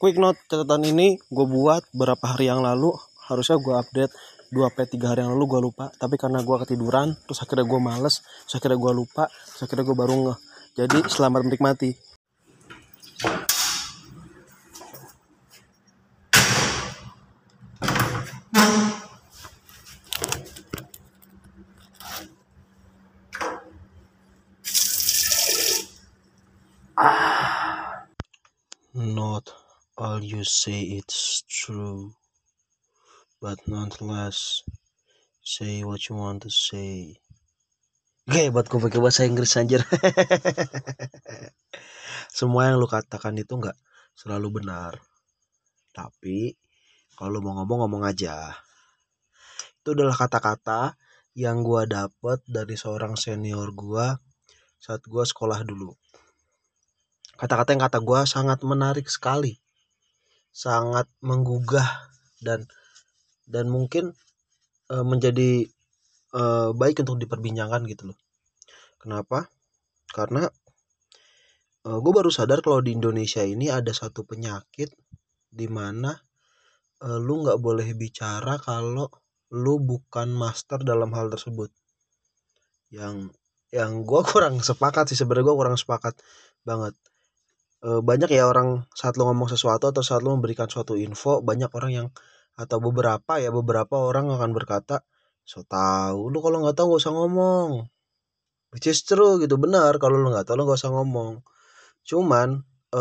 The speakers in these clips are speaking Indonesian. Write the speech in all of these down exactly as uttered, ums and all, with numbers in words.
quick note, catatan ini gue buat beberapa hari yang lalu. Harusnya gue update dua sampai tiga hari yang lalu, gue lupa. Tapi karena gue ketiduran, terus akhirnya gue males, terus akhirnya gue lupa, terus akhirnya gue baru ngeh. Jadi selamat menikmati. Not all you say it's true, but nonetheless say what you want to say. Oke, buat gue pakai bahasa Inggris anjir. Semua yang lu katakan itu nggak selalu benar, tapi kalau lu mau ngomong ngomong aja. Itu adalah kata-kata yang gue dapet dari seorang senior gue saat gue sekolah dulu. Kata-kata yang kata gue sangat menarik sekali, sangat menggugah dan dan mungkin e, menjadi e, baik untuk diperbincangkan gitu loh. Kenapa? Karena e, gue baru sadar kalau di Indonesia ini ada satu penyakit di mana e, lu nggak boleh bicara kalau lu bukan master dalam hal tersebut. Yang yang gue kurang sepakat sih, sebenarnya gue kurang sepakat banget. E, banyak ya orang saat lu ngomong sesuatu atau saat lu memberikan suatu info, banyak orang yang atau beberapa ya beberapa orang akan berkata, so tahu lu kalau nggak tahu nggak usah ngomong. Which is true gitu, benar, kalau lu nggak tahu lu nggak usah ngomong. Cuman e,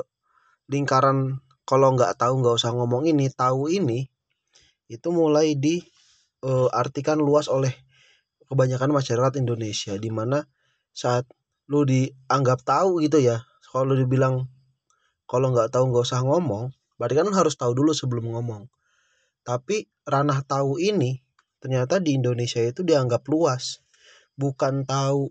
lingkaran kalau nggak tahu nggak usah ngomong ini, tahu ini itu mulai diartikan luas oleh kebanyakan masyarakat Indonesia, di mana saat lu dianggap tahu gitu ya, kalau lu dibilang kalau nggak tahu nggak usah ngomong, berarti kan lu harus tahu dulu sebelum ngomong. Tapi ranah tahu ini ternyata di Indonesia itu dianggap luas, bukan tahu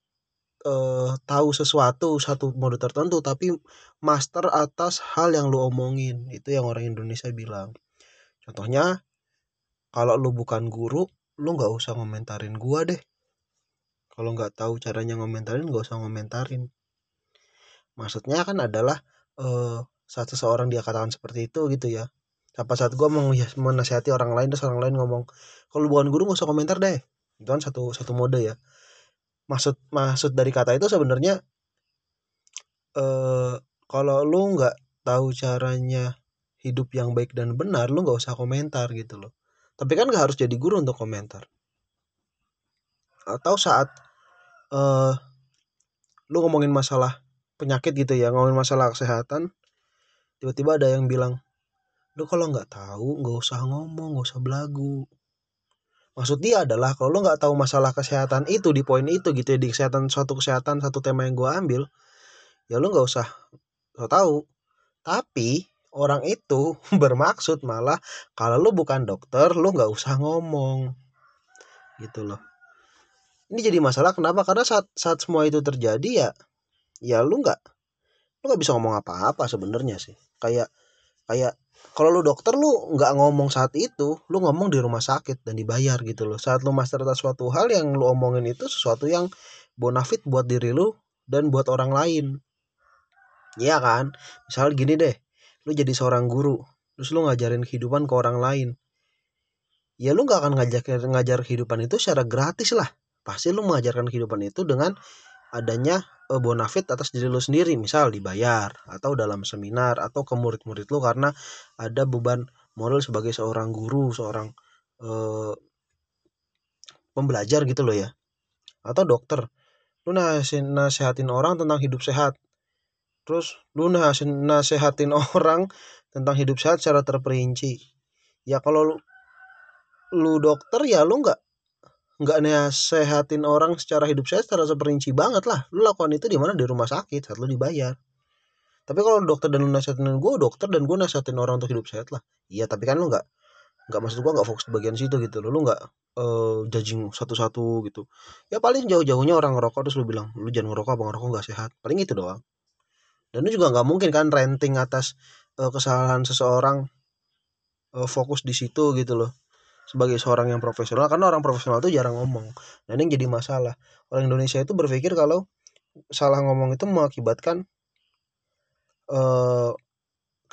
eh, tahu sesuatu satu mode tertentu, tapi master atas hal yang lu omongin. Itu yang orang Indonesia bilang. Contohnya, kalau lu bukan guru, lu nggak usah ngomentarin gua deh. Kalau nggak tahu caranya ngomentarin, nggak usah ngomentarin. Maksudnya kan adalah eh, saat seseorang dia katakan seperti itu gitu ya. Apa saat gue mau menasihati orang lain, terus orang lain ngomong, kalau bukan guru nggak usah komentar deh. Itu kan satu satu mode ya. Maksud maksud dari kata itu sebenarnya eh, kalau lu nggak tahu caranya hidup yang baik dan benar, lu nggak usah komentar gitu loh. Tapi kan nggak harus jadi guru untuk komentar. Atau saat eh, lu ngomongin masalah penyakit gitu ya, ngomongin masalah kesehatan, tiba-tiba ada yang bilang, lu kalau nggak tahu nggak usah ngomong, nggak usah belagu. Maksud dia adalah kalau lu nggak tahu masalah kesehatan itu di poin itu gitu ya, di kesehatan suatu kesehatan satu tema yang gue ambil, ya lu nggak usah nggak tahu. Tapi orang itu bermaksud malah kalau lu bukan dokter lu nggak usah ngomong gitu loh. Ini jadi masalah kenapa? Karena saat saat semua itu terjadi ya ya lu nggak lu nggak bisa ngomong apa-apa sebenarnya sih. Kayak kayak kalau lu dokter lu nggak ngomong saat itu, lu ngomong di rumah sakit dan dibayar gitu loh. Saat lu master atas suatu hal yang lu omongin itu sesuatu yang bonafit buat diri lu dan buat orang lain. Iya kan? Misal gini deh, lu jadi seorang guru, terus lu ngajarin kehidupan ke orang lain. Ya lu nggak akan ngajar ngajar kehidupan itu secara gratis lah. Pasti lu mengajarkan kehidupan itu dengan adanya uh, bonafit atas diri lu sendiri, misal dibayar atau dalam seminar atau ke murid-murid lu karena ada beban moral sebagai seorang guru, seorang uh, pembelajar gitu loh ya. Atau dokter, lu nasehatin orang tentang hidup sehat, terus lu nasehatin orang tentang hidup sehat secara terperinci. Ya kalau lu, lu dokter ya lu nggak nggak nasehatin orang secara hidup sehat secara terperinci banget lah. Lu lakukan itu di mana? Di rumah sakit saat lu dibayar. Tapi kalau dokter dan lu nasihatin, gue dokter dan gue nasihatin orang untuk hidup sehat lah. Iya, tapi kan lu nggak nggak maksud gue nggak fokus di bagian situ gitu loh. Lu nggak uh, judging satu-satu gitu. Ya paling jauh-jauhnya orang ngerokok terus lu bilang lu jangan ngerokok, apa ngerokok nggak sehat. Paling itu doang. Dan lu juga nggak mungkin kan ranting atas uh, kesalahan seseorang, uh, fokus di situ gitu loh. Sebagai seorang yang profesional, karena orang profesional itu jarang ngomong. Dan ini jadi masalah. Orang Indonesia itu berpikir kalau salah ngomong itu mengakibatkan uh,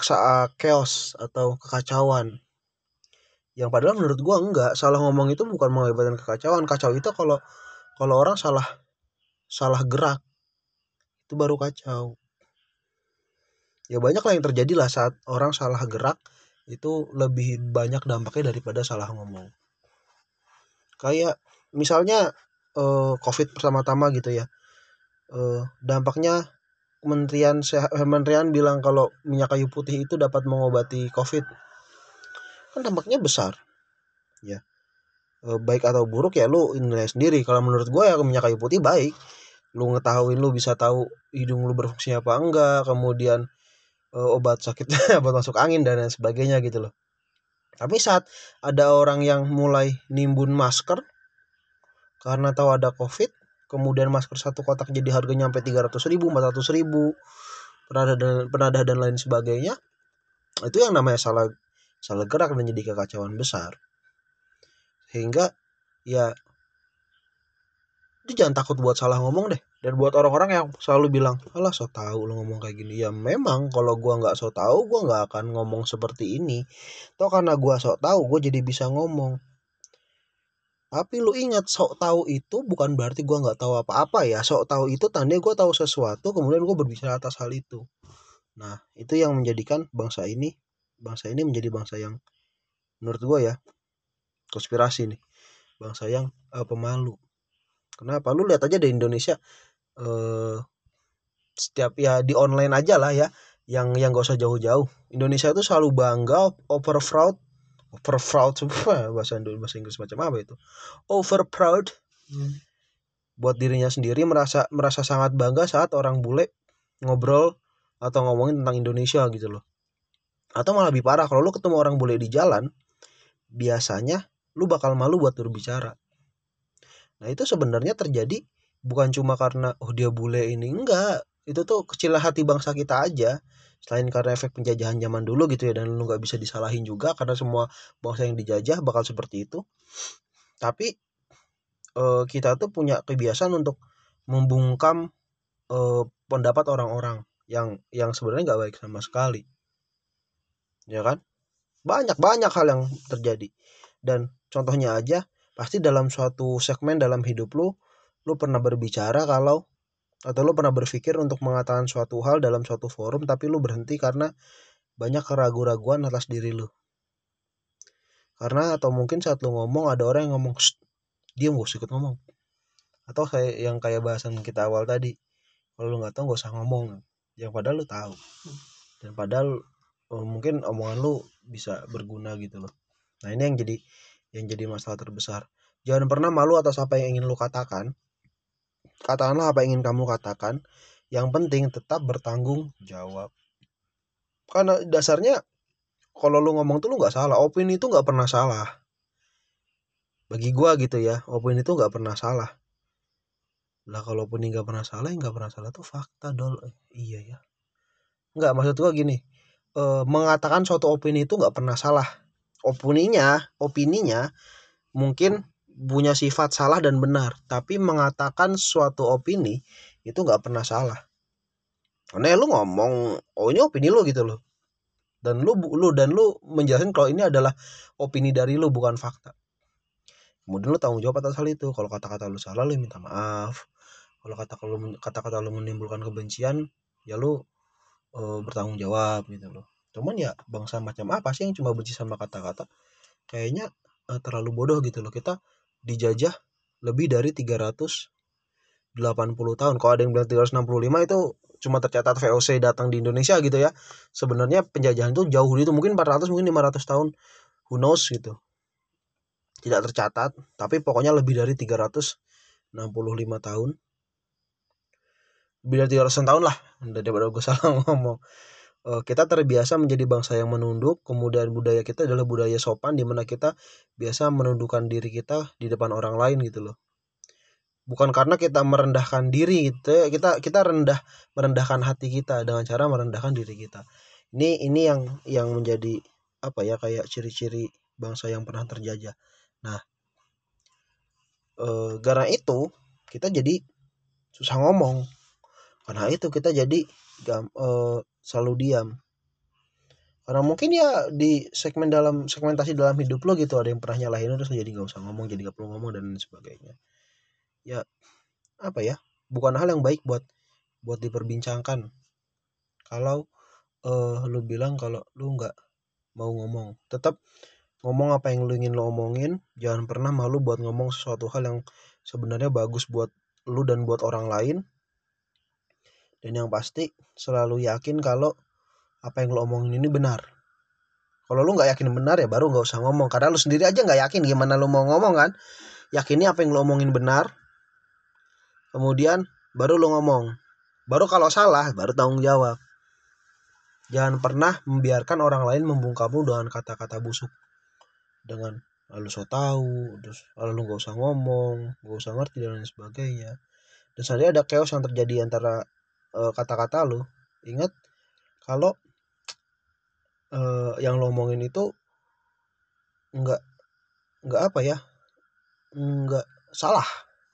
chaos atau kekacauan. Yang padahal menurut gua enggak, salah ngomong itu bukan mengakibatkan kekacauan. Kacau itu kalau kalau orang salah salah gerak, itu baru kacau. Ya banyak lah yang terjadi lah saat orang salah gerak, itu lebih banyak dampaknya daripada salah ngomong. Kayak misalnya eh, COVID pertama-tama gitu ya, eh, dampaknya Kementerian Kementerian bilang kalau minyak kayu putih itu dapat mengobati COVID, kan dampaknya besar ya. E, baik atau buruk ya lu nilai sendiri. Kalau menurut gue ya minyak kayu putih baik, lu ngetahuin, lu bisa tahu hidung lu berfungsi apa enggak, kemudian e, obat sakit obat masuk angin dan lain sebagainya gitu loh. Tapi saat ada orang yang mulai nimbun masker karena tahu ada COVID, kemudian masker satu kotak jadi harganya sampai tiga ratus ribu, empat ratus ribu, penadah dan, penadah dan lain sebagainya, itu yang namanya salah salah gerak dan jadi kekacauan besar. Sehingga ya lu jangan takut buat salah ngomong deh. Dan buat orang-orang yang selalu bilang, alah so tau lu ngomong kayak gini, ya memang kalau gua nggak so tau gua nggak akan ngomong seperti ini. Toh karena gua so tau gua jadi bisa ngomong. Tapi lu ingat, sok tahu itu bukan berarti gua nggak tahu apa-apa ya. Sok tahu itu tandanya gua tahu sesuatu kemudian gua berbicara atas hal itu. Nah itu yang menjadikan bangsa ini bangsa ini menjadi bangsa yang menurut gua ya, konspirasi nih, bangsa yang uh, pemalu. Kenapa? Lu lihat aja di Indonesia, eh, setiap ya di online aja lah ya, yang yang gak usah jauh-jauh. Indonesia itu selalu bangga over fraud, over fraud bahasa Indonesia, bahasa Inggris macam apa itu? Over proud. Hmm. Buat dirinya sendiri merasa merasa sangat bangga saat orang bule ngobrol atau ngomongin tentang Indonesia gitu loh. Atau malah lebih parah, kalau lu ketemu orang bule di jalan, biasanya lu bakal malu buat berbicara. Nah itu sebenarnya terjadi bukan cuma karena oh dia bule ini, enggak. Itu tuh kecil hati bangsa kita aja. Selain karena efek penjajahan zaman dulu gitu ya, dan lu gak bisa disalahin juga karena semua bangsa yang dijajah bakal seperti itu. Tapi eh, kita tuh punya kebiasaan untuk membungkam eh, pendapat orang-orang yang yang sebenarnya gak baik sama sekali. Ya kan? Banyak-banyak hal yang terjadi. Dan contohnya aja, pasti dalam suatu segmen dalam hidup lu, lu pernah berbicara kalau atau lu pernah berpikir untuk mengatakan suatu hal dalam suatu forum, tapi lu berhenti karena banyak keraguan-raguan atas diri lu. Karena atau mungkin saat lu ngomong ada orang yang ngomong, diam gak usah ikut ngomong. Atau kayak yang kayak bahasan kita awal tadi, kalau lu nggak tahu gak usah ngomong. Yang padahal lu tahu. Dan padahal oh, mungkin omongan lu bisa berguna gitu loh. Nah ini yang jadi yang jadi masalah terbesar. Jangan pernah malu atas apa yang ingin lu katakan. Katakanlah apa yang ingin kamu katakan. Yang penting tetap bertanggung jawab. Karena dasarnya kalau lu ngomong tuh lu nggak salah. Opini itu nggak pernah salah. Bagi gua gitu ya, opini itu nggak pernah salah. Lah kalau opini nggak pernah salah, yang nggak pernah salah tuh fakta dol. Eh, iya ya. Nggak, maksud gua gini. Eh, mengatakan suatu opini itu nggak pernah salah. Opininya, opininya mungkin punya sifat salah dan benar, tapi mengatakan suatu opini itu nggak pernah salah. Karena lu ngomong, oh ini opini lu gitu loh, dan lu lu dan lu menjelaskan kalau ini adalah opini dari lu bukan fakta. Kemudian lu tanggung jawab atas hal itu. Kalau kata-kata lu salah, lu minta maaf. Kalau kata-kata lu kata-kata lu menimbulkan kebencian, ya lu e, bertanggung jawab gitu loh. Cuman ya bangsa macam apa sih yang cuma benci sama kata-kata? Kayaknya e, terlalu bodoh gitu loh. Kita dijajah lebih dari tiga ratus delapan puluh tahun. Kalau ada yang bilang tiga ratus enam puluh lima itu cuma tercatat V O C datang di Indonesia gitu ya. Sebenarnya penjajahan itu jauh itu, mungkin empat ratus, mungkin lima ratus tahun. Who knows gitu. Tidak tercatat, tapi pokoknya lebih dari tiga ratus enam puluh lima tahun. Lebih dari tiga ratus tahun lah, daripada gue salah ngomong. Kita terbiasa menjadi bangsa yang menunduk, kemudian budaya kita adalah budaya sopan, di mana kita biasa menundukkan diri kita di depan orang lain gitu loh. Bukan karena kita merendahkan diri gitu, kita kita rendah merendahkan hati kita dengan cara merendahkan diri kita. Ini ini yang yang menjadi apa ya, kayak ciri-ciri bangsa yang pernah terjajah. Nah, e, karena itu kita jadi susah ngomong. Karena itu kita jadi gam, e, selalu diam. Karena mungkin ya di segmen dalam segmentasi dalam hidup lo gitu ada yang pernah nyalahin lo, terus jadi nggak usah ngomong, jadi nggak perlu ngomong dan lain sebagainya. Ya apa ya, bukan hal yang baik buat buat diperbincangkan kalau eh lu bilang kalau lu nggak mau ngomong. Tetap ngomong apa yang lu ingin lo omongin, jangan pernah malu buat ngomong sesuatu hal yang sebenarnya bagus buat lu dan buat orang lain. Dan yang pasti selalu yakin kalau apa yang lo omongin ini benar. Kalau lu nggak yakin benar ya baru nggak usah ngomong, karena lu sendiri aja nggak yakin gimana lu mau ngomong kan. Yakinnya apa yang lo omongin benar, kemudian baru lu ngomong. Baru kalau salah baru tanggung jawab. Jangan pernah membiarkan orang lain membungkamu dengan kata-kata busuk, dengan lalu so tahu, terus lalu nggak usah ngomong, nggak usah ngerti dan lain sebagainya. Dan seandainya ada chaos yang terjadi antara uh, kata-kata lu, ingat kalau uh, yang lo omongin itu nggak nggak apa ya, nggak salah,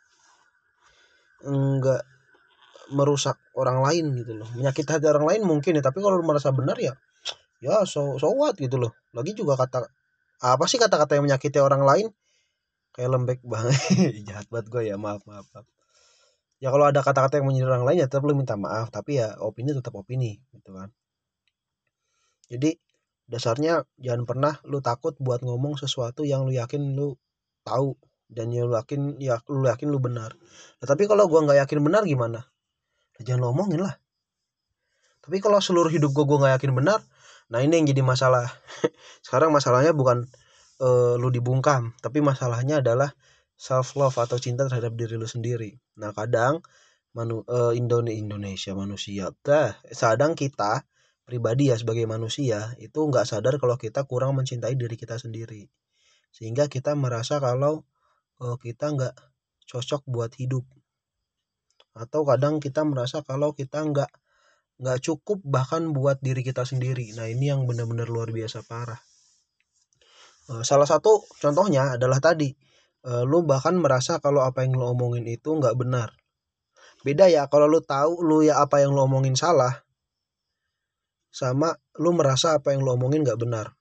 nggak merusak orang lain gitu loh. Menyakiti hati orang lain mungkin ya, tapi kalau lu merasa benar ya, ya so so what gitu loh. Lagi juga kata apa sih kata-kata yang menyakiti orang lain? Kayak lembek banget. Jahat banget gue ya, maaf, maaf maaf. Ya kalau ada kata-kata yang menyindir orang lain ya tetap lu minta maaf, tapi ya opini tetap opini gitu kan. Jadi dasarnya jangan pernah lu takut buat ngomong sesuatu yang lu yakin lu tahu dan yang lu yakin ya lu yakin lu benar. Nah, tapi kalau gua nggak yakin benar gimana? Nah, jangan lu omongin lah. Tapi kalau seluruh hidup gua gua nggak yakin benar, nah ini yang jadi masalah. Sekarang masalahnya bukan uh, lu dibungkam, tapi masalahnya adalah self love atau cinta terhadap diri lu sendiri. Nah kadang manu, uh, Indonesia manusia, dah kadang kita pribadi ya sebagai manusia itu nggak sadar kalau kita kurang mencintai diri kita sendiri, sehingga kita merasa kalau uh, kita nggak cocok buat hidup, atau kadang kita merasa kalau kita nggak nggak cukup bahkan buat diri kita sendiri. Nah ini yang benar-benar luar biasa parah. Uh, salah satu contohnya adalah tadi, uh, lu bahkan merasa kalau apa yang lu omongin itu nggak benar. Beda ya kalau lu tahu lu ya apa yang lu omongin salah, sama lu merasa apa yang lu omongin nggak benar.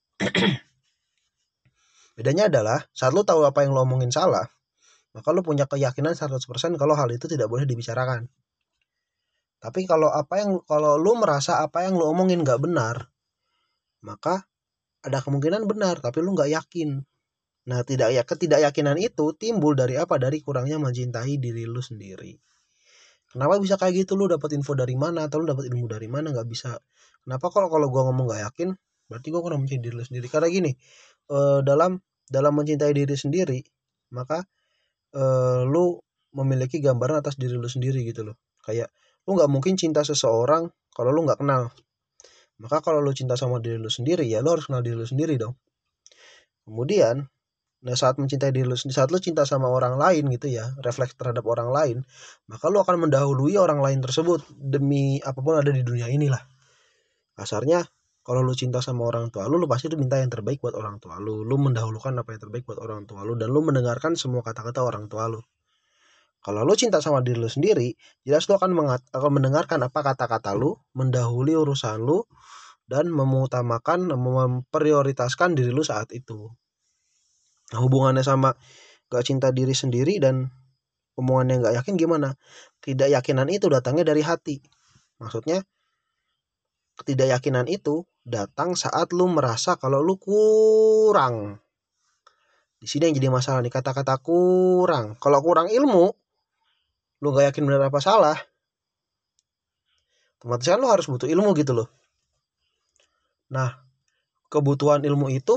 Bedanya adalah saat lu tahu apa yang lu omongin salah, maka lu punya keyakinan seratus persen kalau hal itu tidak boleh dibicarakan. Tapi kalau apa yang kalau lu merasa apa yang lu omongin nggak benar, maka ada kemungkinan benar tapi lu nggak yakin. Nah tidak ya ketidakyakinan itu timbul dari apa? Dari kurangnya mencintai diri lu sendiri. Kenapa bisa kayak gitu? Lu dapat info dari mana atau lu dapat ilmu dari mana? Nggak bisa. Kenapa kalau kalau gue ngomong nggak yakin, berarti gue kurang mencintai diri sendiri. Karena gini, eh, dalam dalam mencintai diri sendiri, maka eh, lu memiliki gambaran atas diri lu sendiri gitu loh. Kayak lu nggak mungkin cinta seseorang kalau lu nggak kenal. Maka kalau lu cinta sama diri lu sendiri, ya lu harus kenal diri lu sendiri dong. Kemudian, nah saat mencintai diri lu sendiri, saat lu cinta sama orang lain gitu ya, refleks terhadap orang lain, maka lu akan mendahului orang lain tersebut demi apapun ada di dunia ini lah. Kasarnya kalau lu cinta sama orang tua lu, lu pasti tuh minta yang terbaik buat orang tua lu. Lu mendahulukan apa yang terbaik buat orang tua lu dan lu mendengarkan semua kata-kata orang tua lu. Kalau lu cinta sama diri lu sendiri, jelas lu akan mengat- akan mendengarkan apa kata-kata lu, mendahului urusan lu dan mengutamakan memprioritaskan diri lu saat itu. Nah, hubungannya sama gak cinta diri sendiri dan omongannya gak yakin gimana? Ketidakyakinan itu datangnya dari hati. Maksudnya ketidakyakinan itu datang saat lu merasa kalau lu kurang. Di sini yang jadi masalah nih, kata-kata kurang. Kalau kurang ilmu, lu gak yakin benar apa salah, otomatis kan lu harus butuh ilmu gitu loh. Nah, kebutuhan ilmu itu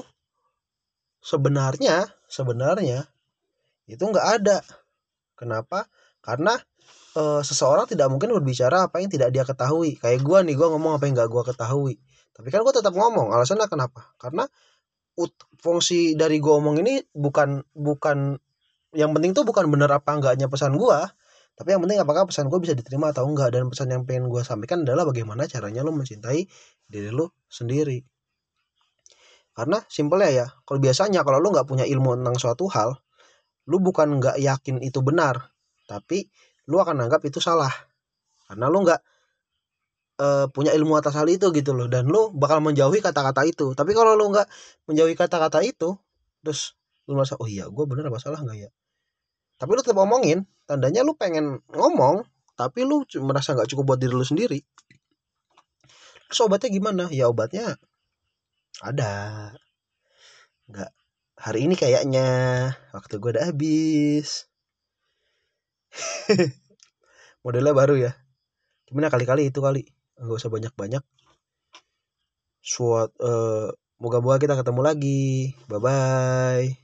sebenarnya sebenarnya itu nggak ada. Kenapa? Karena e, seseorang tidak mungkin berbicara apa yang tidak dia ketahui. Kayak gue nih, gue ngomong apa yang nggak gue ketahui. Tapi kan gue tetap ngomong. Alasannya kenapa? Karena ut, fungsi dari gue ngomong ini bukan bukan yang penting tuh bukan benar apa enggaknya pesan gue, tapi yang penting apakah pesan gue bisa diterima atau enggak. Dan pesan yang pengen gue sampaikan adalah bagaimana caranya lo mencintai diri lo sendiri. Karena simpelnya ya, kalau biasanya kalau lu nggak punya ilmu tentang suatu hal, lu bukan nggak yakin itu benar, tapi lu akan anggap itu salah. Karena lu nggak uh, punya ilmu atas hal itu gitu loh, dan lu bakal menjauhi kata-kata itu. Tapi kalau lu nggak menjauhi kata-kata itu, terus lu merasa oh iya gue bener apa salah nggak ya, tapi lu tetap ngomongin, tandanya lu pengen ngomong tapi lu merasa nggak cukup buat diri lu sendiri. Terus obatnya gimana? Ya obatnya ada. Nggak hari ini kayaknya, waktu gue udah habis. Modelnya baru ya, gimana kali-kali itu kali, nggak usah banyak-banyak. Suat uh, moga-moga kita ketemu lagi. Bye bye.